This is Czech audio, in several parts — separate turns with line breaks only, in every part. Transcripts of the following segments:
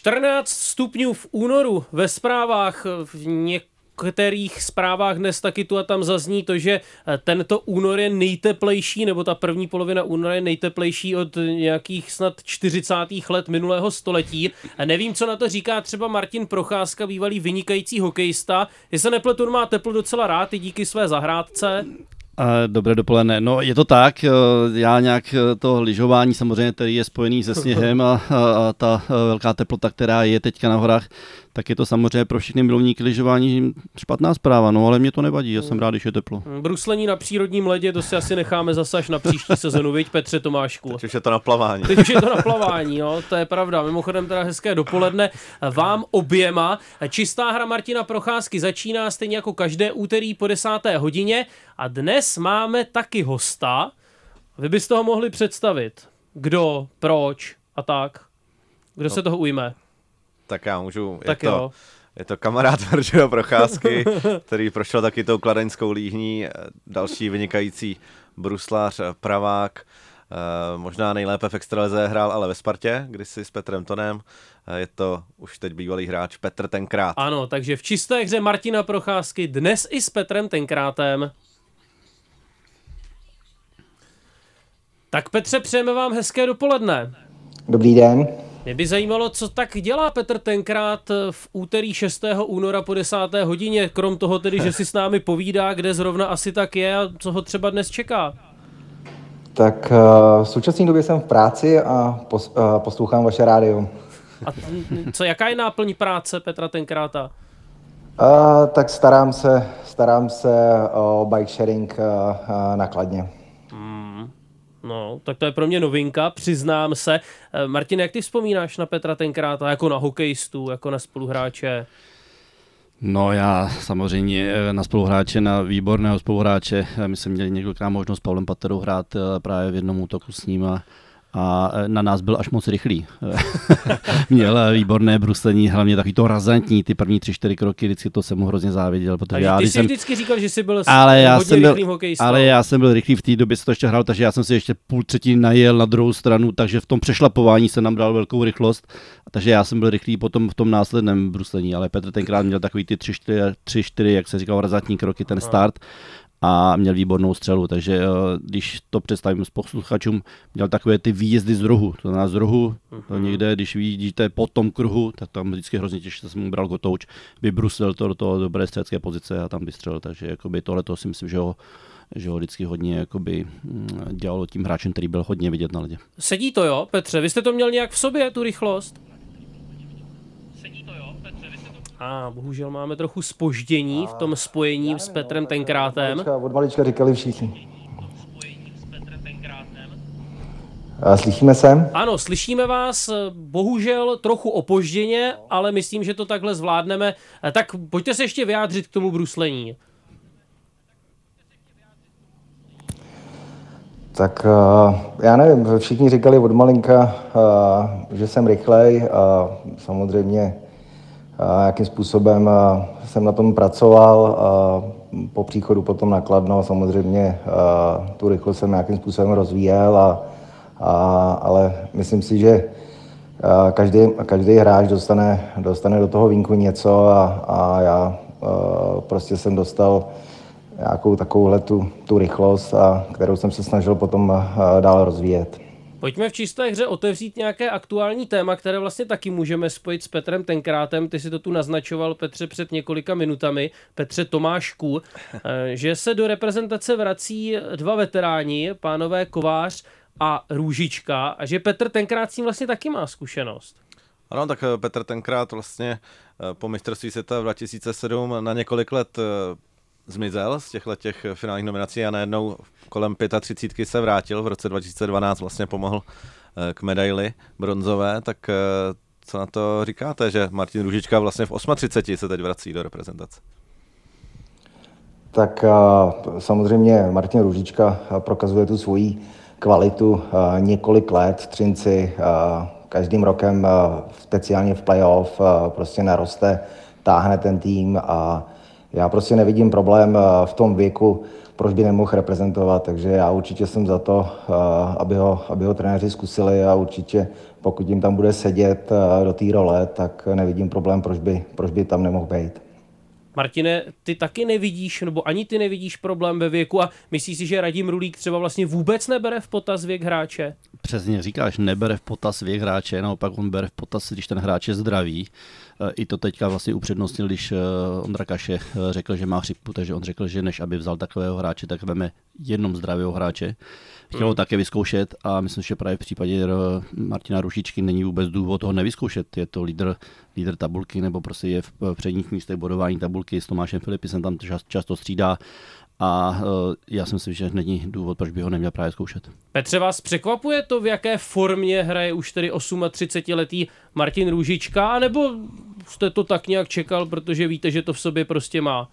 14 stupňů v únoru ve zprávách, v některých zprávách dnes taky tu a tam zazní to, že tento únor je nejteplejší, nebo ta první polovina února je nejteplejší od nějakých snad 40. let minulého století. A nevím, co na to říká třeba Martin Procházka, bývalý vynikající hokejista. Jestli se nepletu, on má teplo docela rád i díky své zahrádce.
Dobré dopoledne. No je to tak, já nějak to lyžování samozřejmě, který je spojený se sněhem a ta velká teplota, která je teďka na horách, tak je to samozřejmě pro všechny milovníky lyžování špatná zpráva, no ale mě to nevadí, já jsem rád, když je teplo.
Bruslení na přírodním ledě, to si asi necháme zase až na příští sezonu, viď Petře Tomášku?
Teď už je to na plavání.
Teď už je to na plavání, jo, to je pravda. Mimochodem teda hezké dopoledne vám oběma. Čistá hra Martina Procházky začíná stejně jako každé úterý po 10. hodině a dnes máme taky hosta. Vy byste ho mohli představit. Kdo, proč a tak. Kdo se toho ujme?
Tak já můžu. Je to kamarád Martina Procházky, který prošel taky tou kladeňskou líhní, další vynikající bruslář, pravák, možná nejlépe v extralize hrál, ale ve Spartě, kdysi s Petrem Tonem. Je to už teď bývalý hráč Petr Tenkrát.
Ano, takže v čisté hře Martina Procházky dnes i s Petrem Tenkrátem. Tak Petře, přejeme vám hezké dopoledne.
Dobrý den.
Mě by zajímalo, co tak dělá Petr Tenkrát v úterý 6. února po 10. hodině, krom toho tedy, že si s námi povídá, kde zrovna asi tak je a co ho třeba dnes čeká.
Tak v současné době jsem v práci a poslouchám vaše rádio.
A jaká je náplň práce Petra Tenkráta?
Tak starám se o bike sharing na Kladně.
No, tak to je pro mě novinka, přiznám se. Martin, jak ty vzpomínáš na Petra Tenkráta, jako na hokejistu, jako na spoluhráče?
No já samozřejmě na spoluhráče, na výborného spoluhráče. My jsme měli několikrát možnost s Pavlem Paterou hrát právě v jednom útoku s ním a na nás byl až moc rychlý. Měl výborné bruslení, hlavně takový to razantní, ty první 3-4 kroky, vždycky to jsem mu hrozně záviděl.
Takže ty jsi vždycky říkal, že jsi byl hodně rychlým hokejistou.
Ale já jsem byl rychlý, v té době se to ještě hrál, takže já jsem si ještě půl třetí najel na druhou stranu, takže v tom přešlapování se nám dal velkou rychlost, takže já jsem byl rychlý potom v tom následném bruslení, ale Petr tenkrát měl takový ty 3-4, jak se říkal, razantní kroky, ten start. A měl výbornou střelu, takže když to představím s posluchačům, měl takové ty výjezdy z rohu, to znamená z rohu, někde, když vidíte po tom kruhu, tak tam vždycky hrozně těžce jsem mu bral kotouč, vybruslil to do toho dobré střelecké pozice a tam vystřelil, takže jakoby tohleto si myslím, že ho vždycky hodně jakoby dělalo tím hráčem, který byl hodně vidět na ledě.
Sedí to jo, Petře, vy jste to měl nějak v sobě, tu rychlost? Bohužel máme trochu zpoždění v tom spojení s Petrem Tenkrátem.
Od malička říkali všichni. Slyšíme se?
Ano, slyšíme vás, bohužel trochu opožděně, ale myslím, že to takhle zvládneme. Tak pojďte se ještě vyjádřit k tomu bruslení.
Tak já nevím, všichni říkali od malinka, že jsem rychlej a samozřejmě jakým způsobem jsem na tom pracoval po příchodu potom na Kladno, samozřejmě tu rychlost jsem nějakým způsobem rozvíjel, ale myslím si, že každý hráč dostane do toho vínku něco a já prostě jsem dostal nějakou takovouhle tu rychlost, kterou jsem se snažil potom dál rozvíjet.
Pojďme v čisté hře otevřít nějaké aktuální téma, které vlastně taky můžeme spojit s Petrem Tenkrátem. Ty si to tu naznačoval, Petře, před několika minutami, Petře Tomášku, že se do reprezentace vrací dva veteráni, pánové Kovář a Růžička, a že Petr Tenkrát s tím vlastně taky má zkušenost.
Ano, tak Petr Tenkrát vlastně po mistrovství světa v 2007 na několik let zmizel z těch finálních nominací a najednou kolem 35 se vrátil. V roce 2012 vlastně pomohl k medaili bronzové, tak co na to říkáte, že Martin Růžička vlastně v 38 se teď vrací do reprezentace?
Tak samozřejmě Martin Růžička prokazuje tu svoji kvalitu několik let v Třinci, každým rokem speciálně v playoff prostě naroste, táhne ten tým a já prostě nevidím problém v tom věku proč by nemohl reprezentovat, takže já určitě jsem za to, aby ho trenéři zkusili a určitě pokud jim tam bude sedět do té role, tak nevidím problém, proč by tam nemohl být.
Martine, ty taky nevidíš, nebo ani ty nevidíš problém ve věku a myslíš si, že Radim Rulík třeba vlastně vůbec nebere v potaz věk hráče?
Přesně říkáš, nebere v potaz věk hráče, naopak on bere v potaz, když ten hráč je zdravý. I to teďka vlastně upřednostnil, když Ondra Kaše řekl, že má chřipku, takže on řekl, že než aby vzal takového hráče, tak veme jenom zdravého hráče. Chtěl ho také vyzkoušet a myslím, že právě v případě Martina Rušičky není vůbec důvod toho nevyzkoušet. Je to lídr tabulky nebo prostě je v předních místech bodování tabulky s Tomášem Filipisem, tam často střídá a já si myslím, že není důvod, proč by ho neměl právě zkoušet.
Petře, vás překvapuje to, v jaké formě hraje už tedy 38letý Martin Růžička, nebo jste to tak nějak čekal, protože víte, že to v sobě prostě má?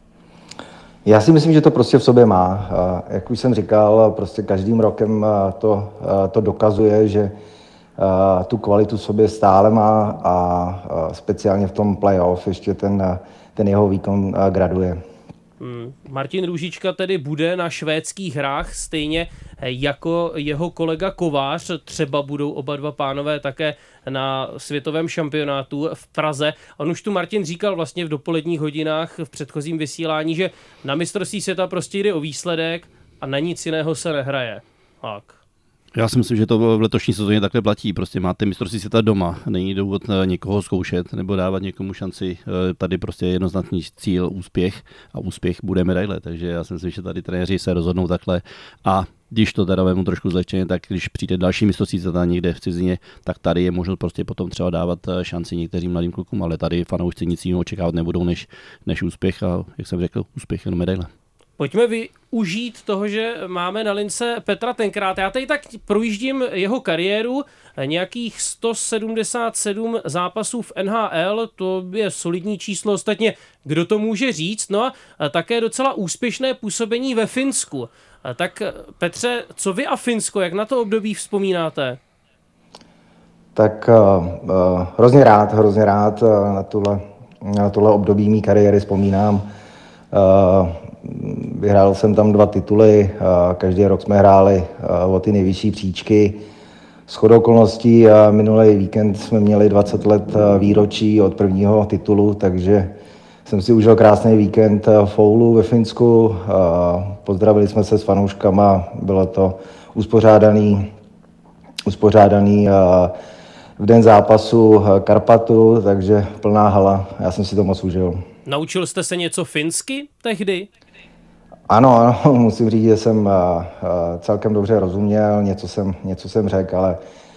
Já si myslím, že to prostě v sobě má. Jak už jsem říkal, prostě každým rokem to dokazuje, že tu kvalitu v sobě stále má a speciálně v tom playoff ještě ten jeho výkon graduje.
Martin Růžička tedy bude na švédských hrách stejně jako jeho kolega Kovář. Třeba budou oba dva pánové také na světovém šampionátu v Praze. On už tu Martin říkal vlastně v dopoledních hodinách v předchozím vysílání, že na mistrovství světa prostě jde o výsledek a na nic jiného se nehraje. Tak.
Já si myslím, že to v letošní sezóně takhle platí. Prostě máte mistrovství světa doma, není důvod někoho zkoušet nebo dávat někomu šanci. Tady prostě je jednoznačný cíl úspěch a úspěch bude medaile. Takže já si myslím, že tady trenéři se rozhodnou takhle a když to teda vemu trošku zlehčeně, tak když přijde další mistrovství světa někde v cizině, tak tady je možnost prostě potom třeba dávat šanci některým mladým klukům, ale tady fanoušci nic jiného očekávat nebudou než úspěch a jak jsem řekl, úspěch jen medaile.
Pojďme využít toho, že máme na lince Petra Tenkrát. Já tady tak projíždím jeho kariéru, nějakých 177 zápasů v NHL, to je solidní číslo, ostatně kdo to může říct, no a také docela úspěšné působení ve Finsku. Tak Petře, co vy a Finsko, jak na to období vzpomínáte?
Tak hrozně rád na tohle období mý kariéry vzpomínám. Vyhrál jsem tam 2 tituly, každý rok jsme hráli o ty nejvyšší příčky. Shodou okolností minulý víkend jsme měli 20 let výročí od prvního titulu, takže jsem si užil krásný víkend v Oulu ve Finsku. Pozdravili jsme se s fanouškama, bylo to uspořádaný v den zápasu Karpatu, takže plná hala. Já jsem si to moc užil.
Naučil jste se něco finsky tehdy?
Ano, musím říct, že jsem celkem dobře rozuměl, něco jsem řekl, ale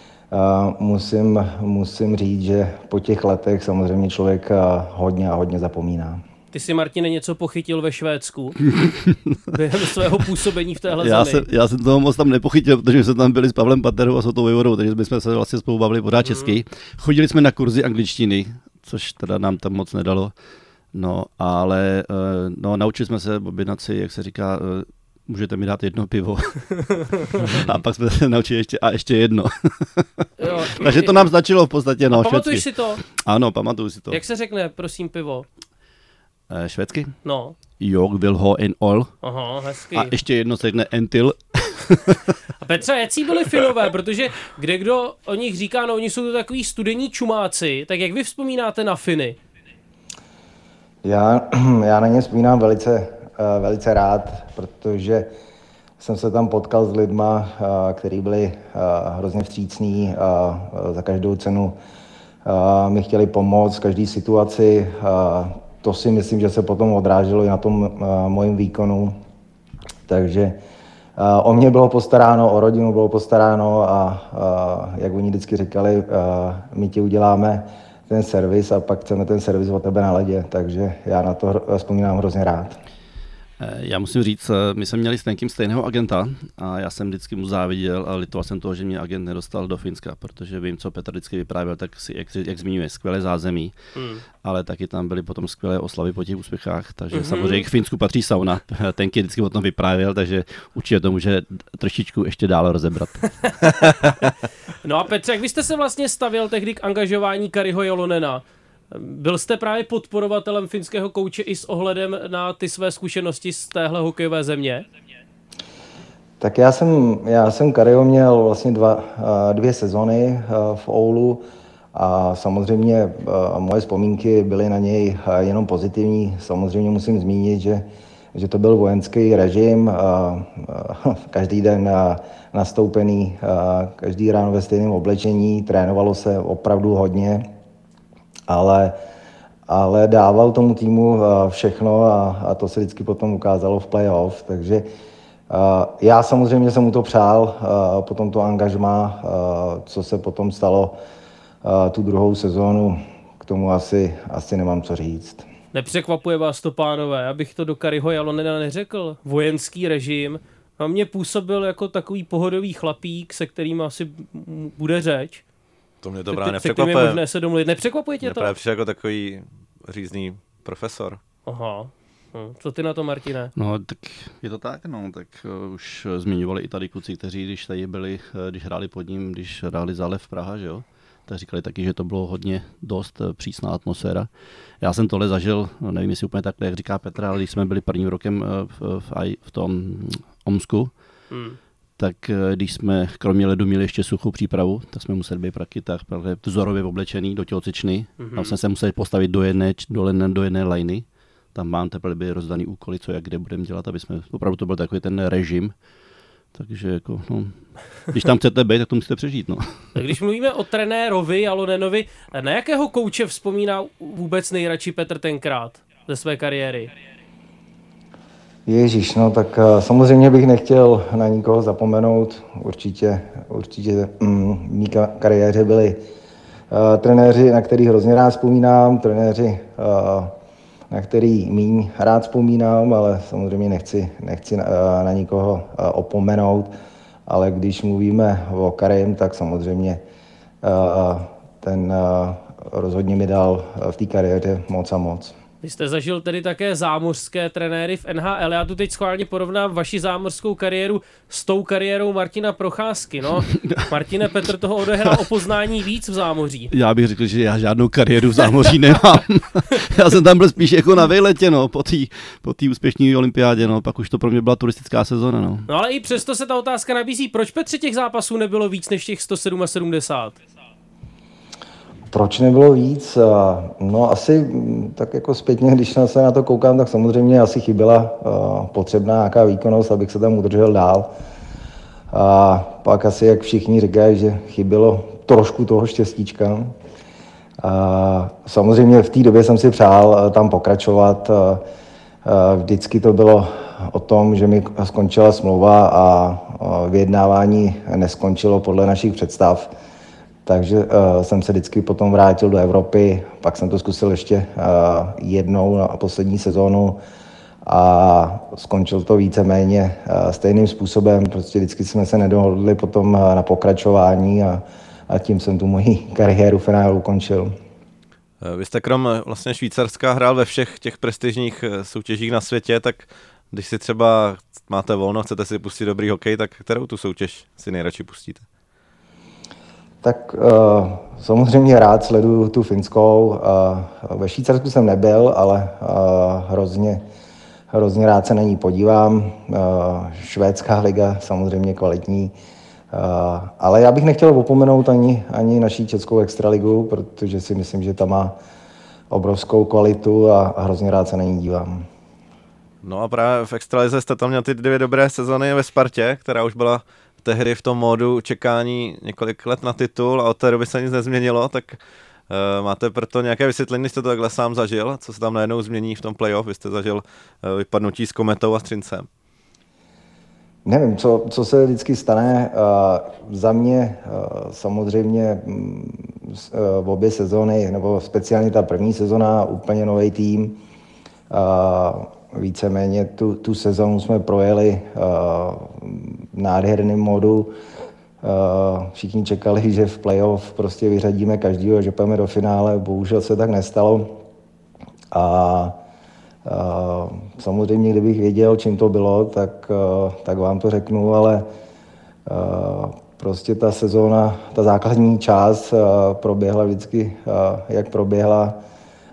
musím říct, že po těch letech samozřejmě člověk hodně zapomíná.
Ty si, Martine, něco pochytil ve Švédsku během svého působení v téhle zemi?
Já jsem toho moc tam nepochytil, protože jsme tam byli s Pavlem Paterou a s Otou Vojvodou, takže jsme se vlastně spolu bavili pořád česky. Chodili jsme na kurzy angličtiny, což teda nám tam moc nedalo. No, ale naučili jsme se objednat si, jak se říká, můžete mi dát 1 pivo. A pak jsme se naučili ještě jedno. Takže to nám stačilo v podstatě. No,
pamatuješ si to?
Ano, pamatuju si to.
Jak se řekne, prosím, pivo?
Švédsky?
No.
Jag vill ha en öl.
Aha, hezky.
A ještě jedno se řekne entil.
A Petra, jací byli Finové? Protože kdekdo o nich říká, no oni jsou to takový studení čumáci, tak jak vy vzpomínáte na Finy?
Já na ně vzpomínám velice rád, protože jsem se tam potkal s lidma, kteří byli hrozně vstřícní a za každou cenu mi chtěli pomoct v každé situaci. To si myslím, že se potom odráželo i na tom mojím výkonu. Takže o mě bylo postaráno, o rodinu bylo postaráno a jak oni vždycky říkali, my ti uděláme ten servis a pak chceme ten servis od tebe na ledě, takže já na to vzpomínám hrozně rád.
Já musím říct, my jsme měli s Tenkem stejného agenta a já jsem vždycky mu záviděl a litoval jsem toho, že mě agent nedostal do Finska, protože vím, co Petr vždycky vyprávěl, tak si, jak zmiňuje, skvělé zázemí, ale taky tam byly potom skvělé oslavy po těch úspěchách, takže samozřejmě k Finsku patří sauna. Tenky vždycky o tom vyprávěl, takže určitě to může trošičku ještě dále rozebrat.
No a Petře, jak vy jste se vlastně stavěl tehdy k angažování Kariho Jalonena? Byl jste právě podporovatelem finského kouče i s ohledem na ty své zkušenosti z téhle hokejové země?
Tak já jsem Kariho měl vlastně dvě sezony v Oulu a samozřejmě moje vzpomínky byly na něj jenom pozitivní. Samozřejmě musím zmínit, že to byl vojenský režim, každý den nastoupený, každý ráno ve stejném oblečení, trénovalo se opravdu hodně, ale dával tomu týmu všechno a to se vždycky potom ukázalo v playoff, takže já samozřejmě jsem mu to přál, potom to angažmá, co se potom stalo tu druhou sezónu, k tomu asi nemám co říct.
Nepřekvapuje vás to, pánové, abych to do Kariho Jalonena neřekl. Vojenský režim na mě působil jako takový pohodový chlapík, se kterým asi bude řeč.
To mě to právě nepřekvapuje.
Se kterým je možné se domluvit. Nepřekvapuje tě to?
Právě přišel jako takový řízný profesor.
Aha. Co ty na to, Martine?
No, tak je to tak, no, tak už zmiňovali i tady kluci, kteří, když tady byli, když hráli pod ním, když hráli Zálev Praha, že jo, tak říkali taky, že to bylo hodně dost přísná atmosféra. Já jsem tohle zažil, nevím, jestli úplně takhle, jak říká Petr, ale když jsme byli prvním rokem v tom Omsku, tak když jsme kromě ledu měli ještě suchou přípravu, tak jsme museli být praky tak vzorově oblečený do tělocvičny. Tam jsme se museli postavit do jedné lajny. Tam mám teprve byly rozdaný úkoly, co jak kde budeme dělat, aby jsme, opravdu to byl takový ten režim. Takže jako, no, když tam chcete být, tak to musíte přežít. No.
Tak když mluvíme o trenérovi Jalonenovi, na jakého kouče vzpomíná vůbec nejradši Petr tenkrát ze své kariéry?
Ježíš, no tak samozřejmě bych nechtěl na nikoho zapomenout. Určitě v mý kariéře byli trenéři, na který hrozně rád vzpomínám, trenéři, na který míň rád vzpomínám, ale samozřejmě nechci na nikoho opomenout. Ale když mluvíme o Karim, tak samozřejmě ten rozhodně mi dal v té kariéře moc a moc.
Vy jste zažil tedy také zámořské trenéry v NHL. Já tu teď schválně porovnám vaši zámořskou kariéru s tou kariérou Martina Procházky. No, Martine, Petr toho odehrál o poznání víc v zámoří.
Já bych řekl, že já žádnou kariéru v zámoří nemám. Já jsem tam byl spíš jako na vejletě, no, po té úspěšné olympiádě, no, pak už to pro mě byla turistická sezóna, no.
No ale i přesto se ta otázka nabízí, proč, Petře, těch zápasů nebylo víc než těch 177?
Proč nebylo víc? No asi tak jako zpětně, když se na to koukám, tak samozřejmě asi chyběla potřebná nějaká výkonnost, abych se tam udržel dál. A pak asi, jak všichni říkají, že chybělo trošku toho štěstíčka. A samozřejmě v té době jsem si přál tam pokračovat. Vždycky to bylo o tom, že mi skončila smlouva a vyjednávání neskončilo podle našich představ. Takže jsem se vždycky potom vrátil do Evropy, pak jsem to zkusil ještě jednou na poslední sezónu a skončil to víceméně stejným způsobem. Prostě vždycky jsme se nedohodli potom na pokračování a tím jsem tu moji kariéru finále ukončil.
Vy jste krom vlastně Švýcarska hrál ve všech těch prestižních soutěžích na světě, tak když si třeba máte volno, chcete si pustit dobrý hokej, tak kterou tu soutěž si nejradši pustíte?
Tak samozřejmě rád sleduju tu finskou. Ve Švýcarsku jsem nebyl, ale hrozně rád se na ní podívám. Švédská liga samozřejmě kvalitní. Ale já bych nechtěl opomenout ani naší českou extraligu, protože si myslím, že ta má obrovskou kvalitu a hrozně rád se na ní dívám.
No a právě v extralize jste tam měl ty 2 dobré sezony ve Spartě, která už byla tehdy v tom módu čekání několik let na titul a od té doby se nic nezměnilo, tak máte proto nějaké vysvětlení, jste to takhle sám zažil, co se tam najednou změní v tom playoff, vy jste zažil vypadnutí s Kometou a Střincem.
Nevím, co se vždycky stane. Za mě samozřejmě v obě sezóny, nebo speciálně ta první sezona, úplně nový tým. Víceméně tu sezónu jsme projeli v nádherném modu. Všichni čekali, že v playoff prostě vyřadíme každýho, že půjdeme do finále. Bohužel se tak nestalo. A samozřejmě, kdybych věděl, čím to bylo, tak vám to řeknu, ale prostě ta sezóna, ta základní část proběhla vždycky, jak proběhla.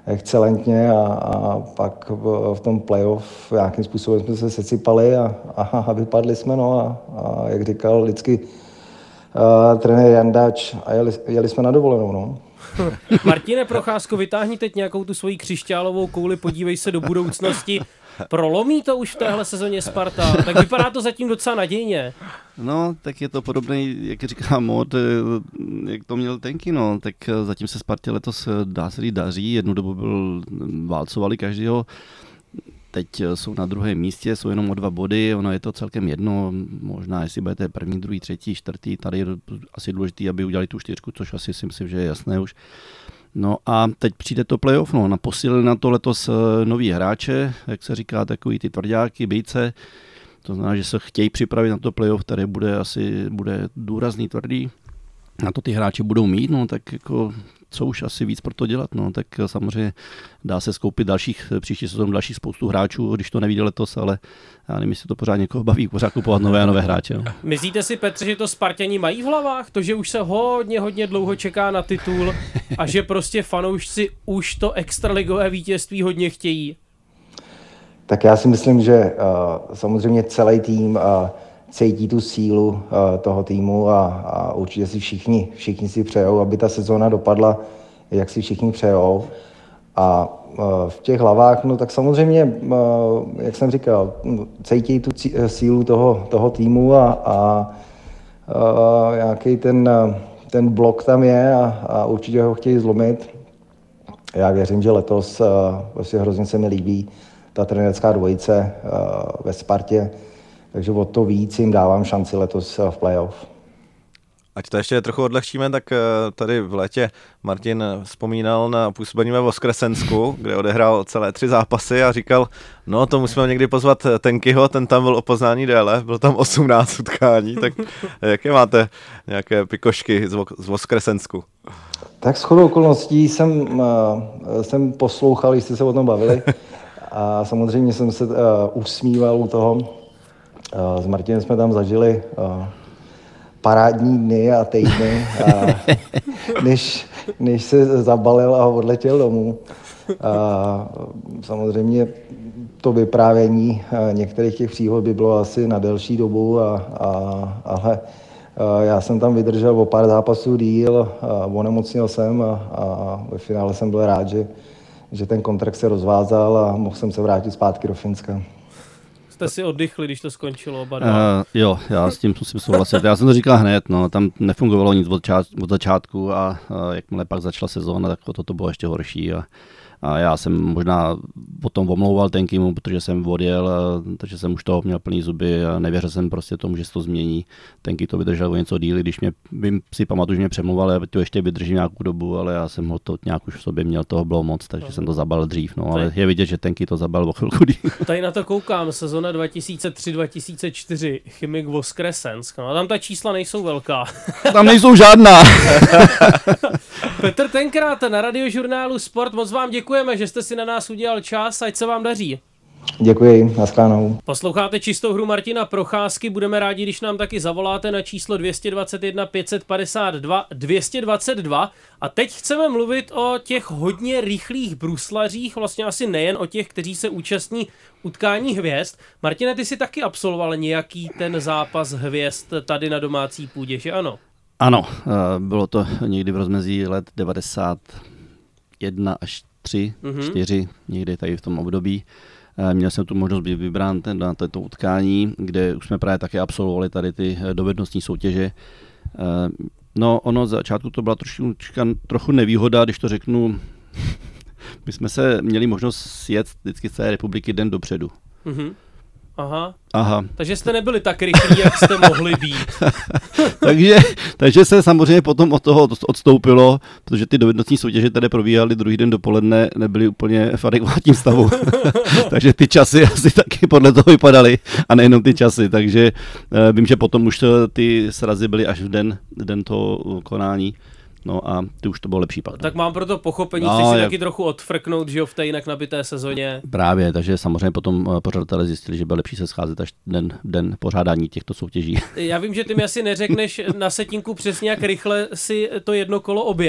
excelentně a pak v tom playoff nějakým způsobem jsme se sesypali a vypadli jsme, no a jak říkal vždycky trenér Jandáč a jeli jsme na dovolenou, no.
Martine Procházko, vytáhni teď nějakou tu svoji křišťálovou kouli, podívej se do budoucnosti. Prolomí to už v téhle sezóně Sparta? Tak vypadá to zatím docela nadějně.
No, tak je to podobný, jak říká Mod, jak to měl Tenky, no. Tak zatím se Spartě letos dá se říct daří, jednu dobu válcovali každýho. Teď jsou na druhém místě, jsou jenom o 2 body, ono je to celkem jedno, možná jestli budete první, druhý, třetí, čtvrtý, tady je asi důležité, aby udělali tu 4, což asi si myslím, že je jasné už. No a teď přijde to playoff, no, posílili na to letos noví hráče, jak se říká, takový ty tvrďáky, bejce, to znamená, že se chtějí připravit na to playoff, které bude důrazný, tvrdý, na to ty hráči budou mít, no tak jako co už asi víc pro to dělat, no tak samozřejmě dá se skoupit příští sezónu dalších spoustu hráčů, když to nevíde letos, ale já nevím, jestli to pořád někoho baví, pořád kupovat nové a nové hráče. No.
Myslíte si, Petře, že to Sparťani mají v hlavách? To, že už se hodně dlouho čeká na titul a že prostě fanoušci už to extraligové vítězství hodně chtějí?
Tak já si myslím, že samozřejmě celý tým cítí tu sílu toho týmu a určitě si všichni si přejou, aby ta sezóna dopadla, jak si všichni přejou. A v těch hlavách, no tak samozřejmě, jak jsem říkal, cítí tu sílu toho týmu a nějaký ten blok tam je a určitě ho chtějí zlomit. Já věřím, že letos vlastně hrozně se mi líbí ta trenérská dvojice ve Spartě, takže o to víc jim dávám šanci letos v playoff.
Ať to ještě trochu odlehčíme, tak tady v létě Martin vzpomínal na působení ve Voskresensku, kde odehrál celé 3 zápasy a říkal, no to musíme někdy pozvat Tenkyho, ten tam byl o poznání déle, byl tam 18 utkání, tak jaké máte nějaké pikošky z Voskresensku?
Tak shodou okolností jsem poslouchal, když jste se o tom bavili a samozřejmě jsem se usmíval u toho. S Martinem jsme tam zažili parádní dny a týdny, než se zabalil a odletěl domů. Samozřejmě to vyprávění některých těch příhod by bylo asi na delší dobu, ale já jsem tam vydržel o pár zápasů díl, onemocnil jsem a ve finále jsem byl rád, že ten kontrakt se rozvázal a mohl jsem se vrátit zpátky do Finska.
Jste si oddychli, když to skončilo oba
jo, já s tím musím souhlasit. Já jsem to říkal hned, no, tam nefungovalo nic od začátku a jakmile pak začala sezóna, tak to bylo ještě horší. A já jsem možná potom omlouval Tenkymu, protože jsem odjel, takže jsem už toho měl plný zuby a nevěřil jsem prostě tomu, že se to změní. Tenky to vydržel o něco díl, když si pamatuju, že mě přemlouval, já to ještě vydržím nějakou dobu, ale já jsem ho to nějak už v sobě měl, toho bylo moc, takže jsem to zabal dřív, no, ale je vidět, že Tenky to zabal o chvilku díl.
Tady na to koukám, sezona 2003-2004, Chimik Voskresensk, no a tam ta čísla nejsou velká.
Tam nejsou žádná.
Petr Tenkrát na Radiožurnálu Sport, moc vám děkujeme, že jste si na nás udělal čas, ať se vám daří.
Děkuji, nashledanou.
Posloucháte Čistou hru Martina Procházky, budeme rádi, když nám taky zavoláte na číslo 221 552 222 a teď chceme mluvit o těch hodně rychlých bruslařích, vlastně asi nejen o těch, kteří se účastní utkání hvězd. Martine, ty si taky absolvoval nějaký ten zápas hvězd tady na domácí půdě, že ano?
Ano, bylo to někdy v rozmezí let 91 až 3, 4, někdy tady v tom období. Měl jsem tu možnost být vybrán na této utkání, kde už jsme právě také absolvovali tady ty dovednostní soutěže. No, ono z začátku to byla trochu nevýhoda, když to řeknu, my jsme se měli možnost sjet vždycky z celé republiky den dopředu.
Aha. Takže jste nebyli tak rychlí, jak jste mohli být.
takže se samozřejmě potom od toho odstoupilo, protože ty dovednostní soutěže, které probíhaly druhý den dopoledne, nebyly úplně v adekvátním stavu. Takže ty časy asi taky podle toho vypadaly a nejenom ty časy. Takže vím, že potom už ty srazy byly až v den toho konání. No a ty už to bylo lepší pak.
Tak mám proto pochopení, chceš si taky trochu odfrknout, že jo, v té jinak nabité sezóně.
Právě, takže samozřejmě potom pořadatelé zjistili, že bylo lepší se scházet až den pořádání těchto soutěží.
Já vím, že ty mi asi neřekneš na setinku přesně, jak rychle si to jedno kolo objel,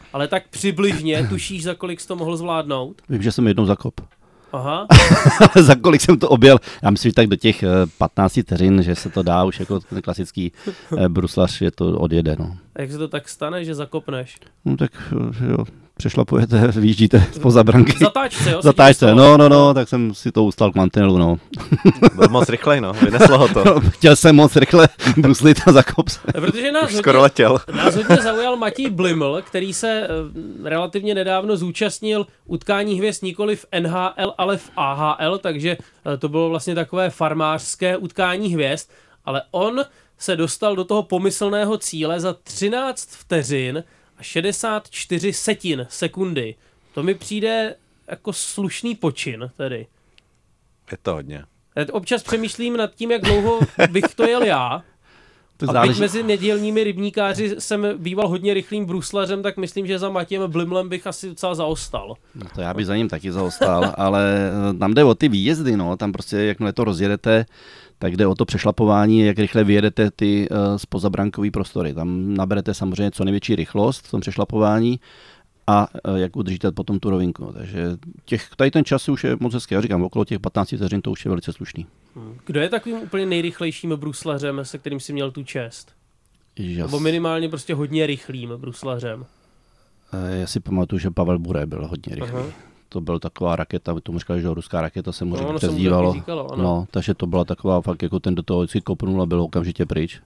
ale tak přibližně tušíš, za kolik jsi to mohl zvládnout?
Vím, že jsem jednou zakop.
Aha.
Za kolik jsem to objel? Já myslím, že tak do těch 15 vteřin, že se to dá už jako ten klasický bruslař, že to odjede. No.
A jak se to tak stane, že zakopneš?
No tak jo, přešlapujete, vyjíždíte spoza branky.
Zatáčce, jo?
Zatáčce, no, tak jsem si to ustal k mantinelu, no.
Byl moc rychlej, no, vyneslo ho to.
Chtěl jsem moc rychle bruslit a zakop se.
Protože
skoro letěl.
Nás hodně zaujal Matěj Bliml, který se relativně nedávno zúčastnil utkání hvězd nikoli v NHL, ale v AHL, takže to bylo vlastně takové farmářské utkání hvězd, ale on se dostal do toho pomyslného cíle za 13 vteřin a 64 sekundy. To mi přijde jako slušný počin tedy.
Je to hodně.
Já občas přemýšlím nad tím, jak dlouho bych to jel já. A byť mezi nedělními rybníkáři jsem býval hodně rychlým bruslařem, tak myslím, že za Matějem Blimlem bych asi docela zaostal.
No to já bych za ním taky zaostal, ale tam jde o ty výjezdy, no. Tam prostě, jakmile to rozjedete, tak jde o to přešlapování, jak rychle vyjedete ty spozabrankové prostory. Tam naberete samozřejmě co největší rychlost v tom přešlapování a jak udržíte potom tu rovinku. Takže tady ten čas už je moc hezký. Já říkám, okolo těch 15 vteřin to už je velice slušný.
Kdo je takovým úplně nejrychlejším bruslařem, se kterým si měl tu čest? Nebo minimálně prostě hodně rychlým bruslařem?
Já si pamatuju, že Pavel Bure byl hodně rychlý. Aha. To byla taková raketa, tomu říkali, že ruská raketa se mu přezdívalo. No, takže to byla taková fakt, jako ten do toho vždycky kopnul a byl okamžitě pryč.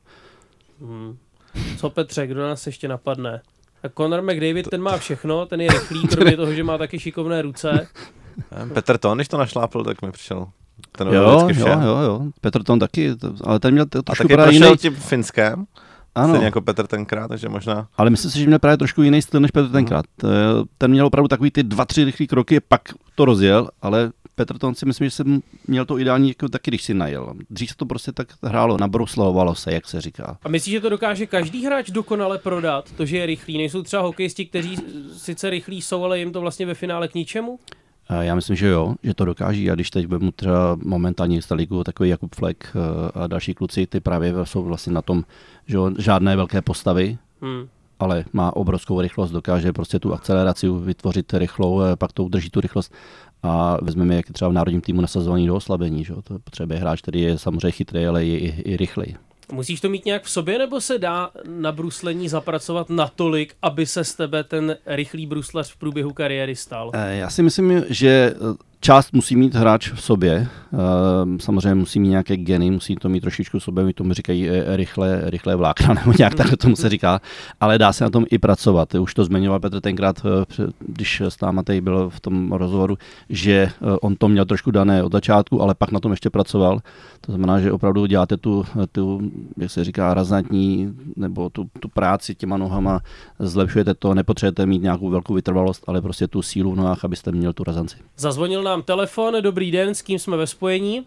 Co Petře, kdo nás ještě napadne? A Conor McDavid, ten má všechno, ten je rychlý, kromě toho, že má taky šikovné ruce.
Petr Ton, když to našlápl, tak mi přišel. Ten
jo. Petr Ton taky, ale ten měl trošku
a taky prošel tím Finskem. Ano. Stejně jako Petr tenkrát, takže možná...
Ale myslím si, že měl právě trošku jiný styl než Petr tenkrát. Ten měl opravdu takový ty 2-3 rychlý kroky, pak to rozjel, ale Petr Ton si myslím, že jsem měl to ideální jako taky, když si najel. Dřív se to prostě tak hrálo, nabruslovalo se, jak se říká.
A myslíš, že to dokáže každý hráč dokonale prodat, to, že je rychlý? Nejsou třeba hokejisti, kteří sice rychlí jsou, ale jim to vlastně ve finále k ničemu?
Já myslím, že jo, že to dokáží. A když teď vezmu třeba momentálně z ligu takový Jakub Flek a další kluci, ty právě jsou vlastně na tom, že žádné velké postavy, ale má obrovskou rychlost, dokáže prostě tu akceleraci vytvořit rychlou, pak to udrží tu rychlost. A vezmeme, jak třeba v národním týmu nasazovaný do oslabení, že to potřebuje hráč, který je samozřejmě chytrý, ale je i rychlej.
Musíš to mít nějak v sobě, nebo se dá na bruslení zapracovat natolik, aby se z tebe ten rychlý bruslař v průběhu kariéry stal?
Já si myslím, že část musí mít hráč v sobě. Samozřejmě musí mít nějaké geny, musí to mít trošičku v sobě, my tomu říkají rychlé vlákna, nebo nějak takhle tomu se říká, ale dá se na tom i pracovat. Už to zmiňoval Petr tenkrát, když s náma tady byl v tom rozhovoru, že on to měl trošku dané od začátku, ale pak na tom ještě pracoval. To znamená, že opravdu děláte tu jak se říká, razantní, nebo tu práci těma nohama, zlepšujete to, nepotřebujete mít nějakou velkou vytrvalost, ale prostě tu sílu v nohách, abyste měl tu razanci.
Zazvonil nám telefon, dobrý den, s kým jsme ve spojení?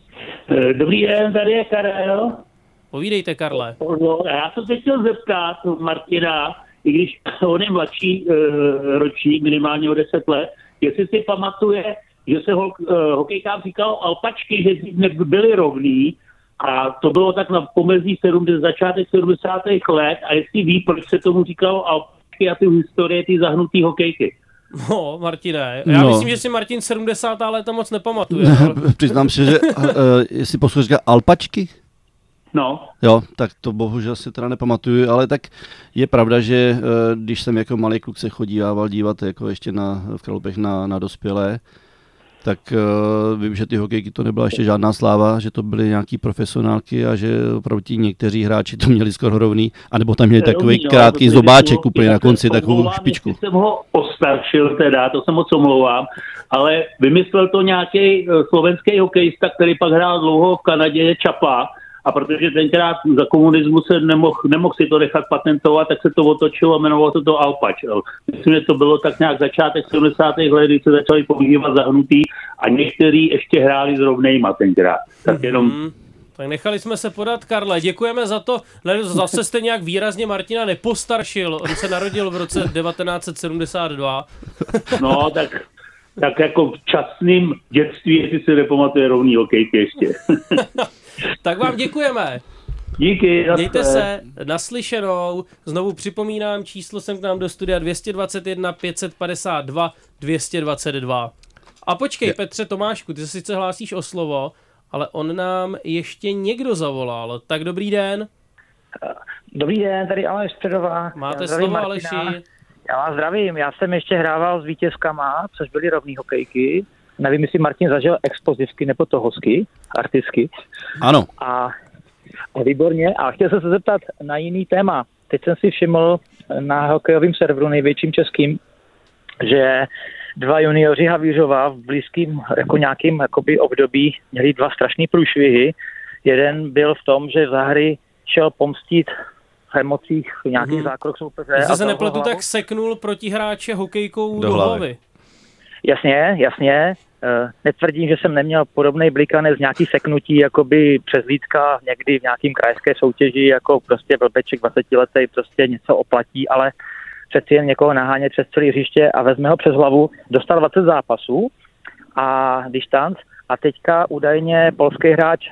Dobrý den, tady je Karel.
Povídejte, Karle.
Já jsem se chtěl zeptat Martina, i když on je mladší ročník, minimálně o 10 let, jestli si pamatuje, že se hokejkám říkalo alpačky, že byly rovný, a to bylo tak na pomezí začátek 70. let, a jestli ví, proč se tomu říkalo alpačky a ty historie, ty zahnutý hokejky.
No, Martine, já myslím, že si Martin 70. léta moc nepamatuje.
Přiznám se, že jestli posluchač říká alpačky?
No.
Jo, tak to bohužel si teda nepamatuju, ale tak je pravda, že když jsem jako malý kluk se chodíval dívat jako ještě v Kralupech na dospělé, tak vím, že ty hokejky to nebyla ještě žádná sláva, že to byly nějaký profesionálky a že opravdu někteří hráči to měli skoro rovný, anebo tam měli takový krátký zobáček úplně na konci, takovou špičku.
Jsem ho ostaršil teda, to se moc omlouvám, ale vymyslel to nějaký slovenský hokejista, který pak hrál dlouho v Kanadě, Čapa, a protože tenkrát za komunismu se nemohl si to nechat patentovat, tak se to otočilo a jmenovalo to Alpač. Myslím, že to bylo tak nějak začátek 70. let, kdy se začali používat zahnutý a někteří ještě hráli s rovnejma tenkrát. Tak jenom...
Tak nechali jsme se podat, Karle, děkujeme za to. Zase jste nějak výrazně Martina nepostaršil, on se narodil v roce 1972.
No, tak jako v časným dětství, jestli se nepamatuje rovný hokejky ještě.
Tak vám děkujeme.
Díky.
Mějte se, naslyšenou. Znovu připomínám, číslo sem k nám do studia 221 552 222. A počkej, Petře Tomášku, ty se sice hlásíš o slovo, ale on nám ještě někdo zavolal. Tak dobrý den.
Dobrý den, tady Aleš Středová.
Máte slovo, Aleši.
Já vás zdravím, já jsem ještě hrával s vítězkama, což byly rovný hokejky. Nevím, jestli Martin zažil explozivky nebo tohosky, artisky.
Ano.
A výborně. A chtěl jsem se zeptat na jiný téma. Teď jsem si všiml na hokejovém serveru největším českým, že dva junioři Havířova v blízkým jako nějakým jakoby období měli dva strašný průšvihy. Jeden byl v tom, že za hry šel pomstit v emocích nějaký zákrok soupeře.
Jestli se nepletu, tak seknul protihráče hokejkou do hlavy.
Jasně. Netvrdím, že jsem neměl podobný blikanec nějaký seknutí jakoby přes lítka někdy v nějakým krajské soutěži, jako prostě blbeček 20letý prostě něco oplatí, ale přeci jen někoho nahánět přes celé hřiště a vezme ho přes hlavu, dostal 20 zápasů a distanc a teďka údajně polský hráč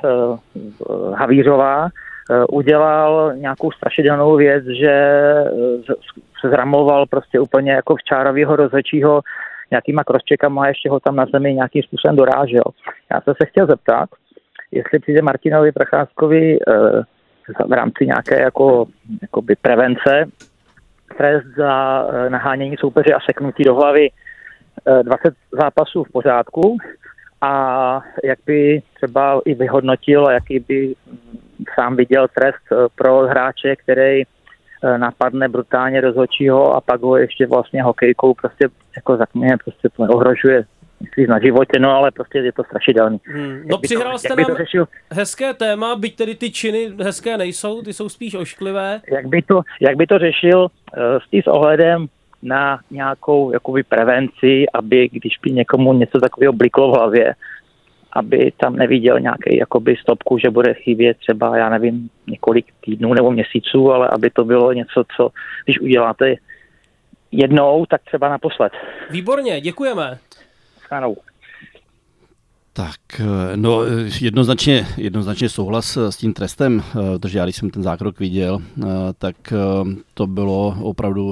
Havířová udělal nějakou strašidelnou věc, že se zramoval prostě úplně jako v Čárovýho rozhodčího nějakýma crosscheckama a ještě ho tam na zemi nějakým způsobem dorážel. Já jsem se chtěl zeptat, jestli přijde Martinovi Procházkovi v rámci nějaké jakoby prevence trest za nahánění soupeře a seknutí do hlavy 20 zápasů v pořádku a jak by třeba i vyhodnotil, jaký by sám viděl trest pro hráče, který napadne brutálně rozhodčího a pak ho ještě vlastně hokejkou prostě jako zakměje, prostě ohrožuje na životě, no ale prostě je to strašidelný.
No přihrál jste nám hezké téma, byť tedy ty činy hezké nejsou, ty jsou spíš ošklivé.
Jak by to řešil s ohledem na nějakou jakoby prevenci, aby když by někomu něco takového bliklo v hlavě, aby tam neviděl nějaký jakoby stopku, že bude chybět třeba, já nevím, několik týdnů nebo měsíců, ale aby to bylo něco, co když uděláte jednou, tak třeba naposled.
Výborně, děkujeme.
Ano.
Tak, no jednoznačně souhlas s tím trestem, protože já když jsem ten zákrok viděl, tak to bylo opravdu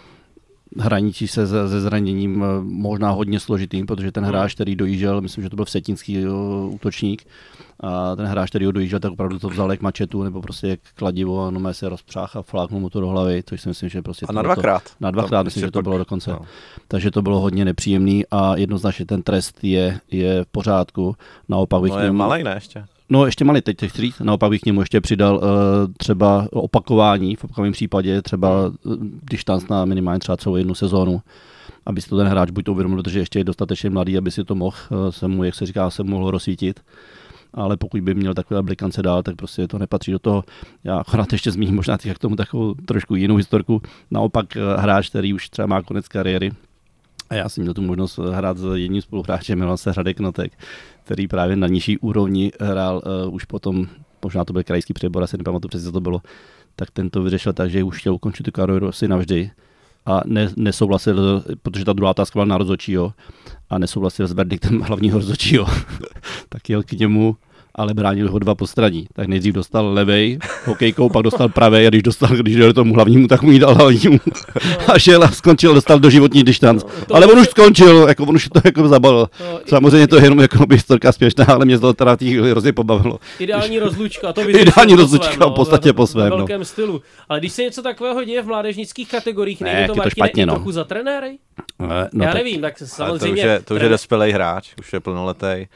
hraničí se se zraněním možná hodně složitým, protože ten hráč, který dojížděl, myslím, že to byl vsetínský útočník, a ten hráč, který ho dojížděl, tak opravdu to vzal jak mačetu nebo prostě jak kladivo a no se rozpřách a fláknul mu to do hlavy, což si myslím, že prostě...
A na dvakrát.
Na dvakrát, myslím, že to bylo dokonce. No. Takže to bylo hodně nepříjemný a jednoznačně ten trest je v pořádku. Naopak bych
je malej, ne ještě?
No ještě malý, teď chci říct, naopak bych k němu ještě přidal třeba opakování, v opakovém případě třeba distanc na minimálně třeba celou jednu sezónu, aby si to ten hráč buď to uvědomil, protože ještě je dostatečně mladý, aby si to mohl, jak se říká, se mohl rozsvítit. Ale pokud by měl takové blikance dál, tak prostě to nepatří do toho. Já akorát ještě zmíním možná k tomu takovou trošku jinou historku. Naopak hráč, který už třeba má konec kariéry, a já jsem měl tu možnost hrát s jedním spoluhráčem, jmenoval se Hradek Notek, který právě na nižší úrovni hrál už potom, možná to byl krajský přebor, asi nepamatuji přesně, co to bylo, tak ten to vyřešil tak, že už chtěl ukončit tu kariéru asi navždy a nesouhlasil, protože ta druhá otázka byla na rozhodčího a nesouhlasil s verdiktem hlavního rozhodčího. Tak jel k němu, ale bránil ho dva postradí. Tak nejdřív dostal levej hokejkou, pak dostal pravej a když dojel tomu hlavnímu, tak mu jí dal hlavnímu. A šel a skončil, dostal doživotní distanc. Ale on už skončil, jako on už to jako zabalil. Samozřejmě to je jenom jako historka směšná, ale mě to teda hrozně pobavilo.
Ideální rozlučka, to
ideální rozlučka, v podstatě po svém.
V velkém stylu. Ale když se něco takového děje v mládežnických kategoriích, nejde to Martine i trochu za trenéry? Já nevím, tak samozřejmě...
To už je dospělej hráč, už je plnoletý.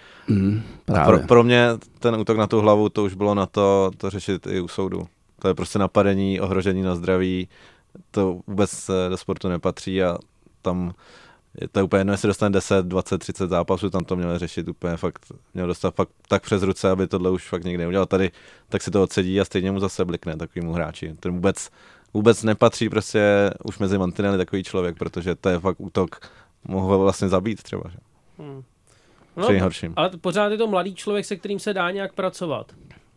Pro mě ten útok na tu hlavu, to už bylo na to řešit i u soudu. To je prostě napadení, ohrožení na zdraví, to vůbec do sportu nepatří a tam je to úplně jedno, jestli dostane 10, 20, 30 zápasů, tam to měli řešit úplně fakt, měl dostat fakt tak přes ruce, aby tohle už fakt nikdy neudělal. Tady tak si to odsedí a stejně mu zase blikne takovýmu hráči. Ten vůbec nepatří prostě už mezi mantinely takový člověk, protože to je fakt útok, mohl ho vlastně zabít třeba.
No, ale pořád je to mladý člověk, se kterým se dá nějak pracovat.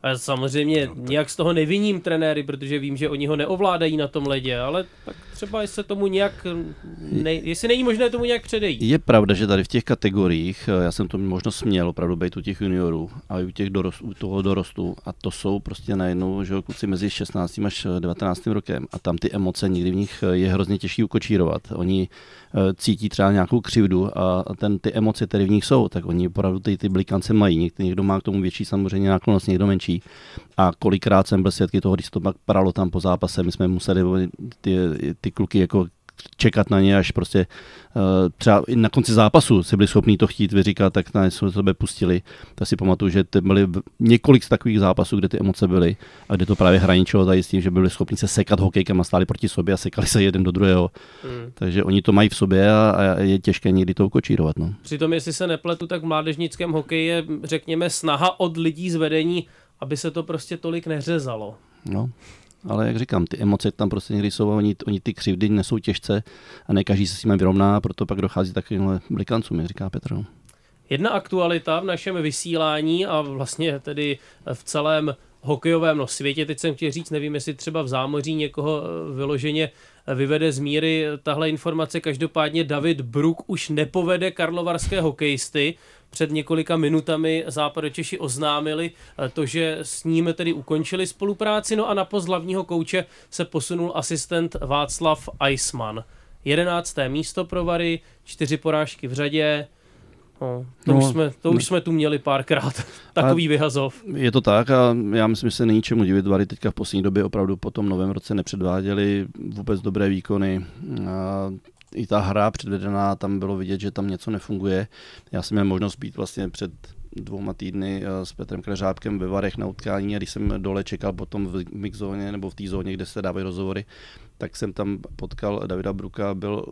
A samozřejmě nějak z toho neviním trenéry, protože vím, že oni ho neovládají na tom ledě, ale tak třeba se tomu nějak, jestli není možné tomu nějak předejít.
Je pravda, že tady v těch kategoriích, já jsem to možnost měl opravdu být u těch juniorů a u těch u toho dorostu a to jsou prostě najednou, že kluci mezi 16. až 19. rokem a tam ty emoce nikdy v nich je hrozně těžší ukočírovat. Oni cítí třeba nějakou křivdu a ty emoce, které v nich jsou, tak oni opravdu ty blikance mají. Někdo má k tomu větší samozřejmě náklonnost, někdo menší. A kolikrát jsem byl svědky toho, když to pak pralo tam po zápase, my jsme museli ty kluky jako čekat na ně, až prostě třeba i na konci zápasu si byli schopní to chtít vyříkat, tak na něco sebe pustili. Tak si pamatuju, že byly několik z takových zápasů, kde ty emoce byly a kde to právě hraničilo tady s tím, že byli schopni se sekat hokejkem a stáli proti sobě a sekali se jeden do druhého. Takže oni to mají v sobě a je těžké někdy to ukočírovat. No.
Přitom, jestli se nepletu, tak v mládežnickém hokeji je, řekněme, snaha od lidí z vedení, aby se to prostě tolik neřezalo.
No. Ale jak říkám, ty emoce tam prostě někdy jsou a oni ty křivdy nesou těžce a ne každý se s nimi vyrovná, proto pak dochází takovýmhle blikancům, jak říká Petr.
Jedna aktualita v našem vysílání a vlastně tedy v celém hokejovém světě, teď jsem chtěl říct, nevím, jestli třeba v zámoří někoho vyloženě vyvede z míry tahle informace, každopádně David Bruk už nepovede karlovarské hokejisty. Před několika minutami Západočeši oznámili to, že s ním tedy ukončili spolupráci, no a na post hlavního kouče se posunul asistent Václav Eisman. 11. místo pro Vary, 4 porážky v řadě, už jsme tu měli párkrát takový vyhazov.
Je to tak a já myslím, že se není čemu divit. Vary teďka v poslední době opravdu po tom novém roce nepředváděli vůbec dobré výkony. I ta hra předvedená, tam bylo vidět, že tam něco nefunguje. Já jsem měl možnost být vlastně před 2 týdny s Petrem Kreřábkem ve Varech na utkání a když jsem dole čekal potom v mixzóně nebo v té zóně, kde se dávají rozhovory, tak jsem tam potkal Davida Bruka, byl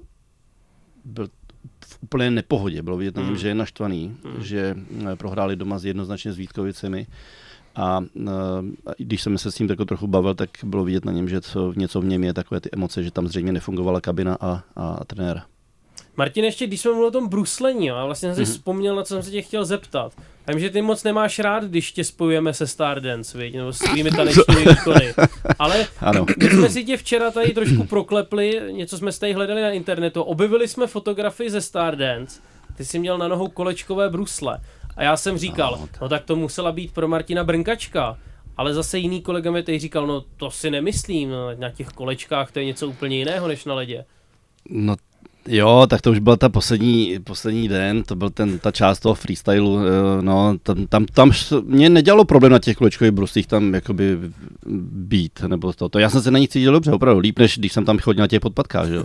v úplné nepohodě. Bylo vidět na něm, že je naštvaný, že prohráli doma jednoznačně s Vítkovicemi. A když jsem se s ním tak trochu bavil, tak bylo vidět na něm, že něco v něm je takové ty emoce, že tam zřejmě nefungovala kabina a trenér.
Martin, ještě když jsme mluvili o tom bruslení, a vlastně jsem si vzpomněl, na co jsem se tě chtěl zeptat. Já vím, že ty moc nemáš rád, když tě spojujeme se Stardance, nebo s tvými tanečními výkony. Ale ano. My jsme si tě včera tady trošku proklepli, něco jsme tady hledali na internetu, objevili jsme fotografii ze Stardance, ty jsi měl na nohou kolečkové brusle. A já jsem říkal, no tak to musela být pro Martina brnkačka. Ale zase jiný kolega mi tady říkal, no to si nemyslím, no, na těch kolečkách to je něco úplně jiného než na ledě.
No jo, tak to už byl ta poslední den, to byl ta část toho freestylu, no, tam mě nedělalo problém na těch kolečkových bruslích tam jakoby být, nebo to. Já jsem se na nich cítil dobře, opravdu líp, než když jsem tam chodil na těch podpatkách, že jo.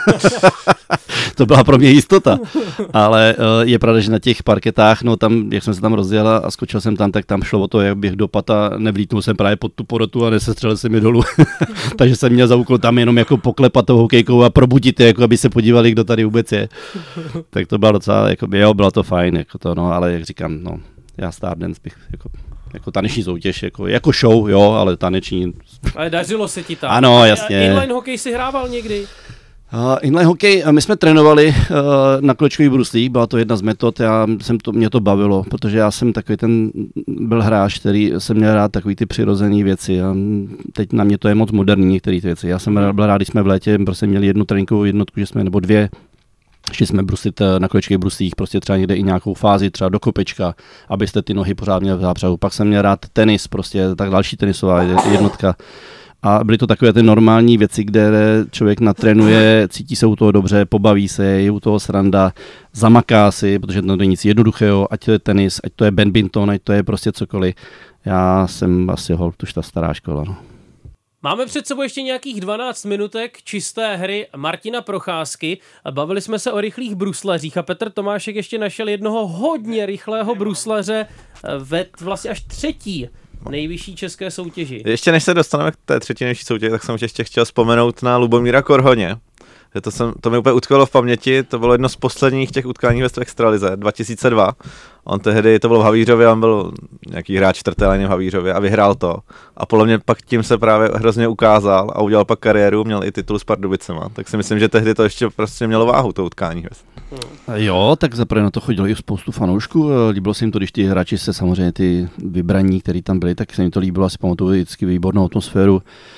To byla pro mě jistota, ale je pravda, že na těch parketách, no tam, jak jsem se tam rozjel a skočil jsem tam, tak tam šlo o to, jak běh do pata, nevlítnul jsem právě pod tu porotu a nesestřelil jsem je dolů, takže jsem měl za úkol tam jenom jako poklepat tou hokejkou a probudit je, jako aby se podívali, kdo tady vůbec je. Tak to bylo docela, jo, bylo to fajn, jako to, no, ale jak říkám, no, já Stardance bych, jako taneční soutěž, jako show, jo, ale taneční.
Ale dařilo se ti tam.
Ano, jasně.
Inline hokej si hrával někdy?
Inline hokej, my jsme trénovali na kolečkových bruslích, byla to jedna z metod, mě to bavilo, protože já jsem takový byl hráč, který jsem měl rád takový ty přirozené věci a teď na mě to je moc moderní některé věci. Já jsem byl rád, když jsme v létě prostě měli jednu tréninkovou jednotku, že jsme, nebo 2, šli jsme bruslit na kolečkových bruslích, prostě třeba někde i nějakou fázi, třeba do kopečka, abyste ty nohy pořád měli v zápřehu. Pak jsem měl rád tenis, prostě tak další tenisová jednotka. A byly to takové ty normální věci, kde člověk natrénuje, cítí se u toho dobře, pobaví se, je u toho sranda, zamaká si, protože to není nic jednoduchého, ať to je tenis, ať to je badminton, ať to je prostě cokoliv. Já jsem asi holt už ta stará škola. No.
Máme před sebou ještě nějakých 12 minutek čisté hry Martina Procházky. Bavili jsme se o rychlých bruslařích a Petr Tomášek ještě našel jednoho hodně rychlého bruslaře ve vlastně až 3. nejvyšší české soutěži.
Ještě než se dostaneme k té 3. nejvyšší soutěži, tak jsem ještě chtěl vzpomenout na Lubomíra Korhoně, To mi úplně utkvělo v paměti, to bylo jedno z posledních těch utkání ve extralize, 2002. On tehdy, to bylo v Havířově, on byl nějaký hráč čtvrté linie v Havířově a vyhrál to. A podle mě pak tím se právě hrozně ukázal a udělal pak kariéru, měl i titul s Pardubicema. Tak si myslím, že tehdy to ještě prostě mělo váhu, to utkání.
Jo, tak zaprvé na to chodilo i spoustu fanoušků. Líbilo se jim to, když ty hráči se samozřejmě ty vybraní, kteří tam byli, tak se jim to líbilo, asi pamatuju vždycky výbornou atmosféru.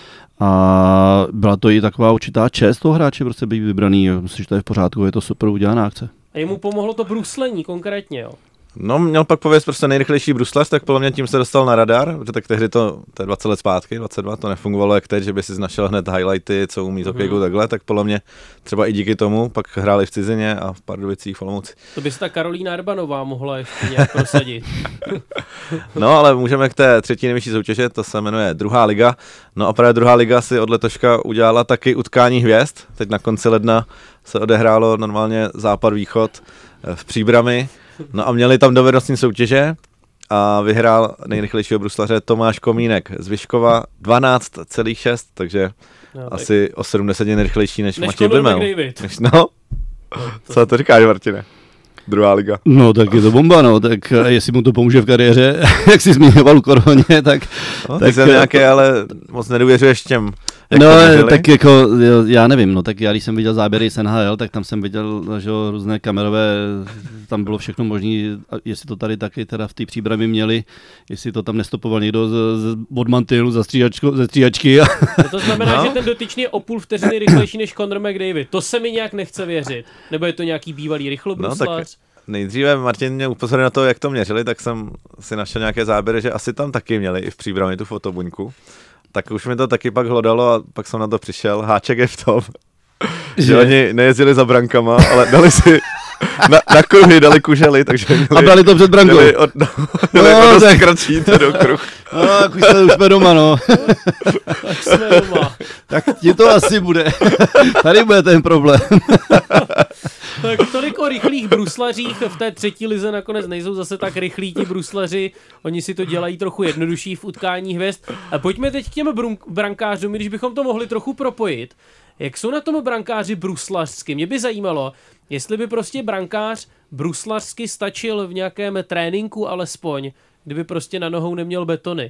A byla to i taková určitá čest toho hráče, prostě být vybraný. Myslím, že to je v pořádku, je to super udělaná akce.
A jemu pomohlo to bruslení konkrétně, jo?
No, měl pak pověst prostě nejrychlejší bruslař, tak podle mě tím se dostal na radar, protože tak tehdy to je 20 let zpátky, 22, to nefungovalo jak teď, že by si našel hned highlighty, co umí hokejku takhle, tak podle mě třeba i díky tomu pak hráli v cizině a v Pardubicích, v Olomouci.
To by se ta Karolína Erbanová mohla ještě nějak prosadit.
No, ale můžeme k té třetí nejvyšší soutěže, to se jmenuje druhá liga. No a právě druhá liga si od letoška udělala taky utkání hvězd. Teď na konci ledna se odehrálo normálně západ-východ v Příbrami. No a měli tam dovednostní soutěže a vyhrál nejrychlejšího bruslaře Tomáš Komínek z Vyškova 12,6, takže asi o 70 nejrychlejší než Matěj Blimel. No, co to říkáš, Martine? Druhá liga.
No tak je to bomba, no, tak jestli mu to pomůže v kariéře, jak jsi zmiňoval u Koroně, tak...
No, ty jsem nějaké, ale moc nedůvěřuješ těm.
No, tak jako, já nevím, no, tak já když jsem viděl záběry z NHL, tak tam jsem viděl, že různé kamerové, tam bylo všechno možné, jestli to tady taky teda v té Příbrami měli, jestli to tam nestopoval někdo od mantilu ze stříhačky.
No to znamená, že ten dotyčný je o půl vteřiny rychlejší než Conor McDavid. To se mi nějak nechce věřit. Nebo je to nějaký bývalý rychlobruslař?
Nejdříve Martin mě upozornil na to, jak to měřili, tak jsem si našel nějaké záběry, že asi tam taky měli i v Příbrami tu fotobuňku. Tak už mi to taky pak hlodalo a pak jsem na to přišel. Háček je v tom, že oni nejezdili za brankama, ale dali si na kruhy, dali kužely, takže měli...
A brali to před brankou.
Měli dost kratší do kruh.
No, tak už jsme doma, no.
Tak jsme doma.
Tak ti to asi bude. Tady bude ten problém.
Tak tolik o rychlých bruslařích, v té třetí lize nakonec nejsou zase tak rychlí ti bruslaři, oni si to dělají trochu jednodušší v utkání hvězd. A pojďme teď k těm brankářům, když bychom to mohli trochu propojit. Jak jsou na tom brankáři bruslařsky? Mě by zajímalo, jestli by prostě brankář bruslařsky stačil v nějakém tréninku alespoň, kdyby prostě na nohou neměl betony.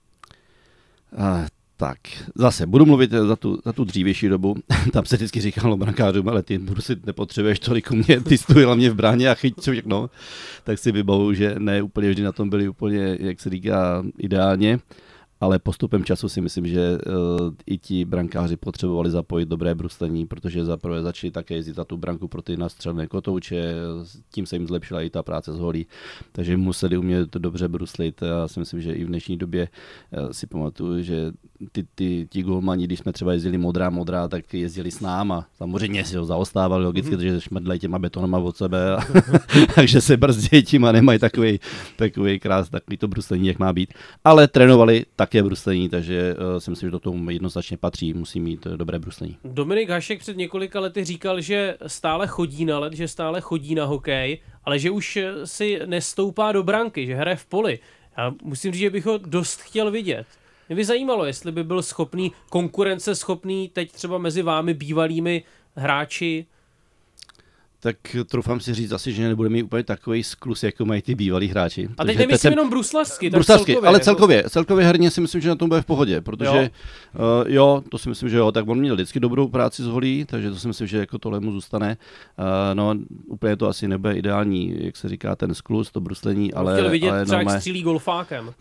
Tak, zase budu mluvit za tu dřívější dobu. Tam se vždycky říkalo brankářům, ale ty brusy nepotřebuješ tolik u mě, ty stůj hlavně v bráně a chyť všechno. Tak si vybavuju, že ne úplně vždy na tom byli úplně, jak se říká, ideálně. Ale postupem času si myslím, že i ti brankáři potřebovali zapojit dobré bruslení, protože zaprvé začali také jezdit za tu branku pro ty nastřelné kotouče, tím se jim zlepšila i ta práce z holí, takže museli umět dobře bruslit. Já si myslím, že i v dnešní době si pamatuju, že ti golmani, když jsme třeba jezdili modrá, tak jezdili s náma. Samozřejmě si ho zaostávali logicky, že šmrdlají těma betonama od sebe, takže se brzdí tím a nemají takový krás, takový to bruslení, jak má být. Ale trénovali také bruslení, takže si myslím, že do tomu jednoznačně patří, musí mít dobré bruslení.
Dominik Hašek před několika lety říkal, že stále chodí na led, že stále chodí na hokej, ale že už si nestoupá do branky, že hraje v poli. Já musím říct, že bych ho dost chtěl vidět. Mě by zajímalo, jestli by byl schopný, konkurenceschopný teď třeba mezi vámi bývalými hráči.
Tak troufám si říct asi, že nebude mít úplně takový sklus, jako mají ty bývalí hráči.
A teď nemyslím jenom bruslařsky,
ale celkově herně si myslím, že na tom bude v pohodě, protože jo, to si myslím, že jo, tak on měl vždycky dobrou práci s holí, takže to si myslím, že jako tohle mu zůstane. No, úplně to asi nebude ideální, jak se říká, ten sklus, to bruslení, ale...
Chtěl vidět třeba, jak střílí golfákem.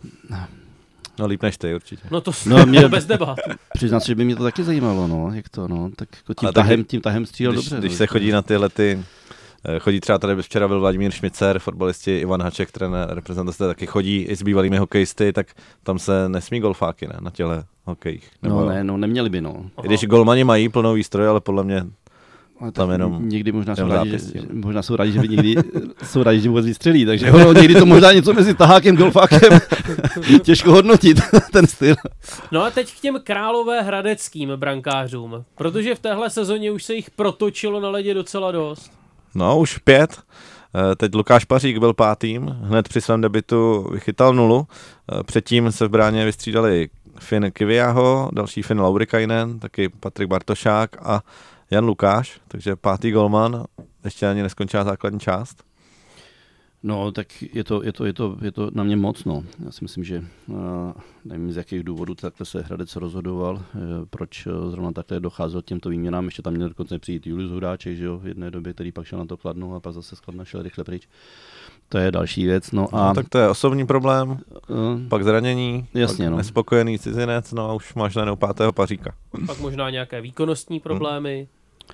No líp než ty určitě.
No to mě bez debat.
Přiznám si, že by mě to taky zajímalo, no, jak to, no, tak jako tím tahem střílel dobře.
Když se chodí na tyhle chodí třeba tady včera byl Vladimír Šmicer, fotbalisti, Ivan Haček, trenér reprezentace, taky chodí i s bývalými hokejisty, tak tam se nesmí golfáky, ne, na těle hokejích.
No neměli by, no.
I když golmani mají plnou výstroj, ale podle mě tam jenom
někdy možná jsou rádi, že by někdy jsou rádi, že vůbec vystřelí, takže někdy to možná něco mezi tahákem, golfákem, těžko hodnotit ten styl.
No a teď k těm královéhradeckým brankářům, protože v téhle sezóně už se jich protočilo na ledě docela dost.
No, už 5. Teď Lukáš Pařík byl 5. Hned při svém debutu vychytal 0. Předtím se v bráně vystřídali Finn Kiviaho, další Finn Laurikainen, taky Patrik Bartošák a Jan Lukáš, takže 5. golman, ještě ani neskončila základní část.
No, tak je to na mě moc, no. Já si myslím, že nevím z jakých důvodů takhle se Hradec rozhodoval, proč zrovna takhle docházel k těmto výměnám. Ještě tam měl dokonce přijít Julius Hudáček, že jo, v jedné době, který pak šel na to Kladno a pak zase z Kladna šel rychle pryč. To je další věc, no a...
No, tak to je osobní problém, pak zranění,
jasně,
pak nespokojený cizinec, no a už máš najednou 5. Paříka.
Pak možná nějaké výkonnostní problémy.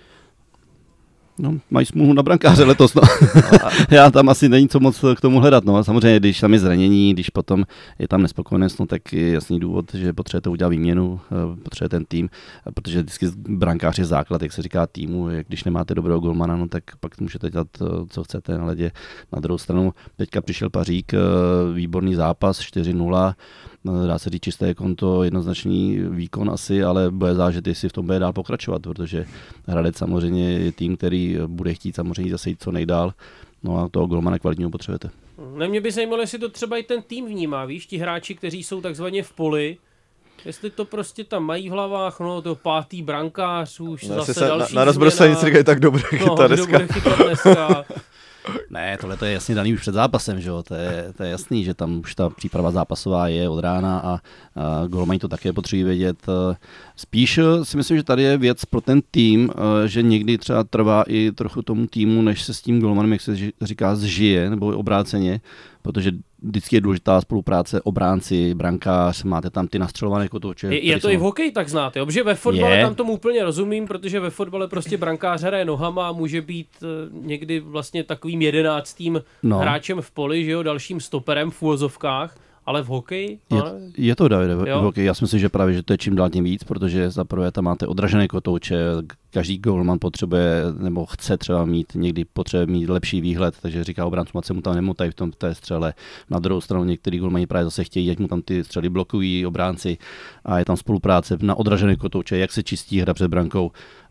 No, mají smůlu na brankáře letos, no. Já tam asi není co moc k tomu hledat, no. A samozřejmě, když tam je zranění, když potom je tam nespokojenost, no, tak je jasný důvod, že potřebujete udělat výměnu, potřebuje ten tým, protože vždycky brankář je základ, jak se říká týmu, když nemáte dobrého golmana, no, tak pak můžete dělat, co chcete na ledě. Na druhou stranu, teďka přišel Pařík, výborný zápas, 4-0, dá se říct čisté konto, jednoznačný výkon asi, ale bude záležet, jestli v tom bude dál pokračovat, protože Hradec samozřejmě je tým, který bude chtít samozřejmě zase jít co nejdál, no a toho golmana kvalitního potřebujete.
Mě by zajímalo, jestli to třeba i ten tým vnímá, víš, ti hráči, kteří jsou takzvaně v poli, jestli to prostě tam mají v hlavách, no to 5. brankář, už no,
zase
další
na rozbrosení si říkají tak dobré chytat
dneska.
Ne, tohle to je jasně daný už před zápasem, že jo? To je jasný, že tam už ta příprava zápasová je od rána a golmani to také potřebují vědět. Spíš si myslím, že tady je věc pro ten tým, že někdy třeba trvá i trochu tomu týmu, než se s tím golmanem, jak se říká, zžije, nebo obráceně, protože vždycky je důležitá spolupráce obránci, brankář, máte tam ty nastřelované kotouče.
Je to i v hokeji tak znáte, protože ve fotbale tam tomu úplně rozumím, protože ve fotbale prostě brankář hraje nohama a může být někdy vlastně takovým 11. hráčem v poli, že jo, dalším stoperem v uvozovkách. Ale v hokeji?
Je to, Davide, v hokeji. Já si myslím, že právě, že to je čím dál tím víc, protože zaprvé tam máte odražené kotouče, každý golman potřebuje, nebo chce třeba mít, někdy potřebuje mít lepší výhled, takže říká obráncům, ať se mu tam nemotají v té střele. Na druhou stranu některý golmani právě zase chtějí, ať mu tam ty střely blokují obránci a je tam spolupráce na odražené kotouče, jak se čistí hra před brankou.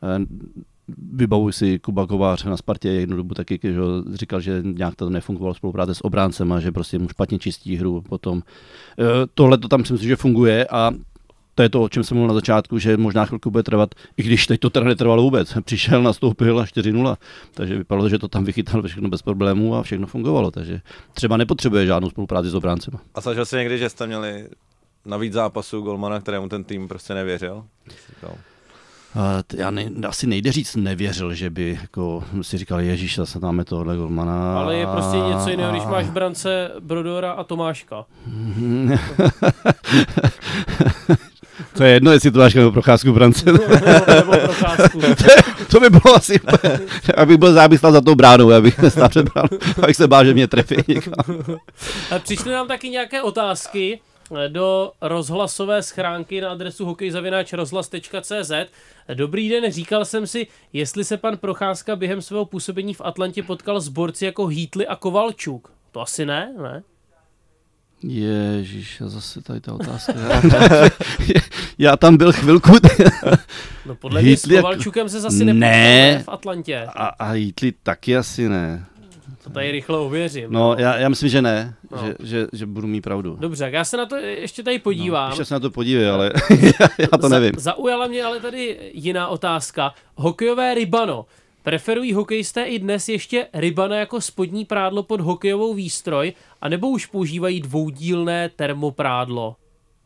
Vybavuji si Kuba Kovář na Spartě jednu dobu taky, že říkal, že nějak to nefungovalo spolupráce s obráncem a že prostě mu špatně čistí hru potom. Tohle to tam si myslím, že funguje a to je to, o čem jsem mluvil na začátku, že možná chvilku bude trvat, i když teď to teda netrvalo vůbec. Přišel, nastoupil a 4-0, takže vypadalo, že to tam vychytal všechno bez problémů a všechno fungovalo, takže třeba nepotřebuje žádnou spolupráci s obráncem.
A zažil jsi někdy, že jste měli navíc zápasů golmana, kterému ten tým prostě nevěřil?
Já asi nejde říct nevěřil, že by jako si říkali, ježíš, zase máme tohle golmana.
Ale je prostě něco jiného, když máš v brance Brodora a Tomáška.
To je jedno, jestli Tomáška nebo Procházku v brance.
Nebo Procházku.
To by bylo asi, abych byl závislý za tou bránou, abych nestál před bránou, abych se bál, že mě trefí někam.
Přišly nám taky nějaké otázky do rozhlasové schránky na adresu hokej@rozhlas.cz. Dobrý den, říkal jsem si, jestli se pan Procházka během svého působení v Atlantě potkal s borci jako Hýtli a Kovalčuk. To asi ne?
Ježíš, zase tady ta otázka. Já tam byl chvilku.
No podle mě s Kovalčukem se zase nepotkal v Atlantě.
A Hýtli taky asi ne.
To tady rychle ověřím.
No, já myslím, že ne, že budu mít pravdu.
Dobře, já se na to ještě tady podívám.
No, ještě se na to podívej, ale já to nevím.
Zaujala mě ale tady jiná otázka. Hokejové rybano. Preferují hokejisté i dnes ještě rybana jako spodní prádlo pod hokejovou výstroj, anebo už používají dvoudílné termoprádlo?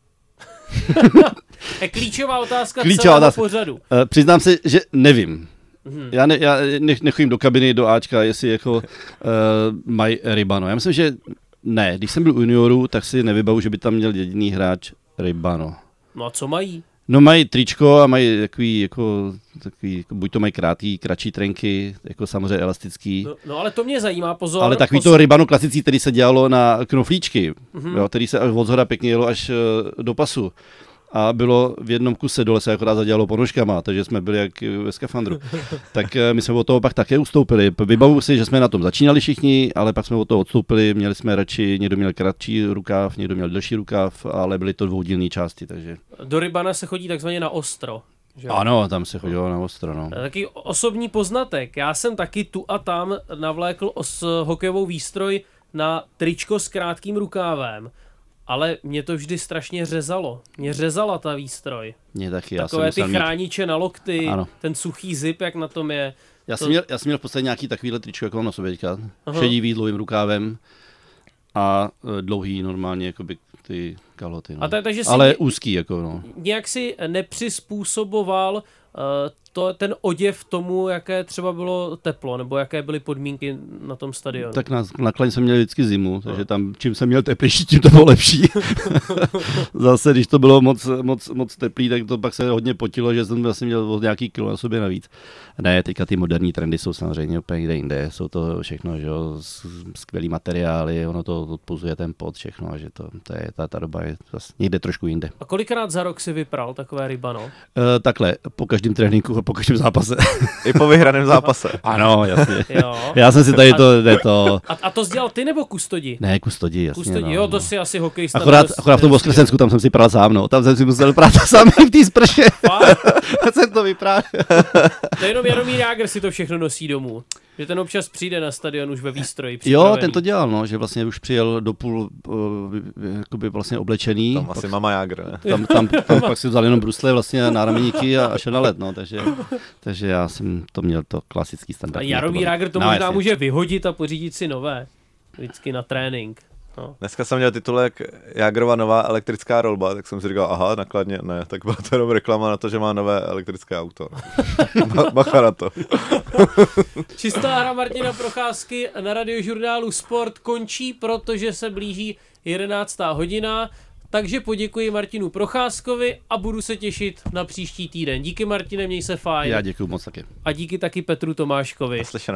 Klíčová otázka celého pořadu.
Přiznám se, že nevím. Já nechodím do kabiny, do Ačka, jestli jako mají rybano. Já myslím, že ne. Když jsem byl u juniorů, tak si nevybavu, že by tam měl jediný hráč rybano.
No a co mají?
No mají tričko a mají takový, buď to mají kratší trenky, jako samozřejmě elastický.
No ale to mě zajímá, pozor.
Ale takový to rybano klasický, který se dělalo na knoflíčky, jo, který se od zhora pěkně jelo až do pasu. A bylo v jednom kuse, dole se akorát zadělalo ponožkama, takže jsme byli jak ve skafandru. Tak my jsme od toho pak také ustoupili. Vybavuji si, že jsme na tom začínali všichni, ale pak jsme od toho odstoupili, měli jsme radši, někdo měl kratší rukáv, někdo měl delší rukáv, ale byly to dvoudílné části. Takže.
Do rybana se chodí takzvaně na ostro. Že?
Ano, tam se chodilo na ostro. No.
Taky osobní poznatek. Já jsem taky tu a tam navlékl hokejovou výstroj na tričko s krátkým rukávem. ale mě to vždy strašně řezalo. Mě řezala ta výstroj.
Mě taky.
Takové ty chrániče na lokty,
ano.
Ten suchý zip, jak na tom je.
Já jsem měl v podstatě nějaký takovýhle tričko, jako mám na sobě teďka. Šedivý, dlouhým rukávem a dlouhý normálně, jakoby ty kalhoty. No.
Takže
ale úzký, jako no.
Nějak si nepřizpůsoboval ten oděv tomu, jaké třeba bylo teplo, nebo jaké byly podmínky na tom stadionu?
Tak na Klaň jsem měl vždycky zimu, takže tam, čím jsem měl teplejší, tím to bylo lepší. Zase, když to bylo moc teplý, tak to pak se hodně potilo, že jsem vlastně měl nějaký kilo na sobě navíc. Ne, teďka ty moderní trendy jsou samozřejmě úplně někde jinde, jsou to všechno, že jo, skvělý materiály, ono to odpozuje ten pot, všechno, že to je ta doba je zase někde trošku jinde.
A kolikrát za rok si vypral takové rybano?
Takhle, po každém tréninku a po každém zápase.
I po vyhraném zápase.
Ano, jasně.
Jo.
Já jsem si tady to...
A to dělal ty nebo Kustodi?
Ne, Kustodi, jasně.
Kustodi,
no,
jo, to si asi hokejista.
Akorát v tom Voskresensku, tam jsem si pral sám, no. Tam jsem si musel prát sám v té sprše. Já jsem to vyprávěl.
To jenom Jaromír Jágr si to všechno nosí domů. Že ten občas přijde na stadion už ve výstroji.
Jo, ten to dělal, no, že vlastně už přijel do půl jakoby vlastně oblečený.
Tam asi mama Jágr, ne?
Tam pak si vzal jenom brusle vlastně náramníky a šel na led, no, takže já jsem to měl to klasický standard.
A Jaromír Jágr to možná může vyhodit a pořídit si nové. Vždycky na trénink. No.
Dneska jsem měl titulek Jágrova nová elektrická rolba, tak jsem si říkal, aha, nakladně, ne, tak byla to jenom reklama na to, že má nové elektrické auto. Bacha na to.
Čistá hra Martina Procházky na Radiožurnálu Sport končí, protože se blíží 11. hodina. Takže poděkuji Martinu Procházkovi a budu se těšit na příští týden. Díky Martine, měj se fajn.
Já děkuju moc taky.
A díky taky Petru Tomáškovi.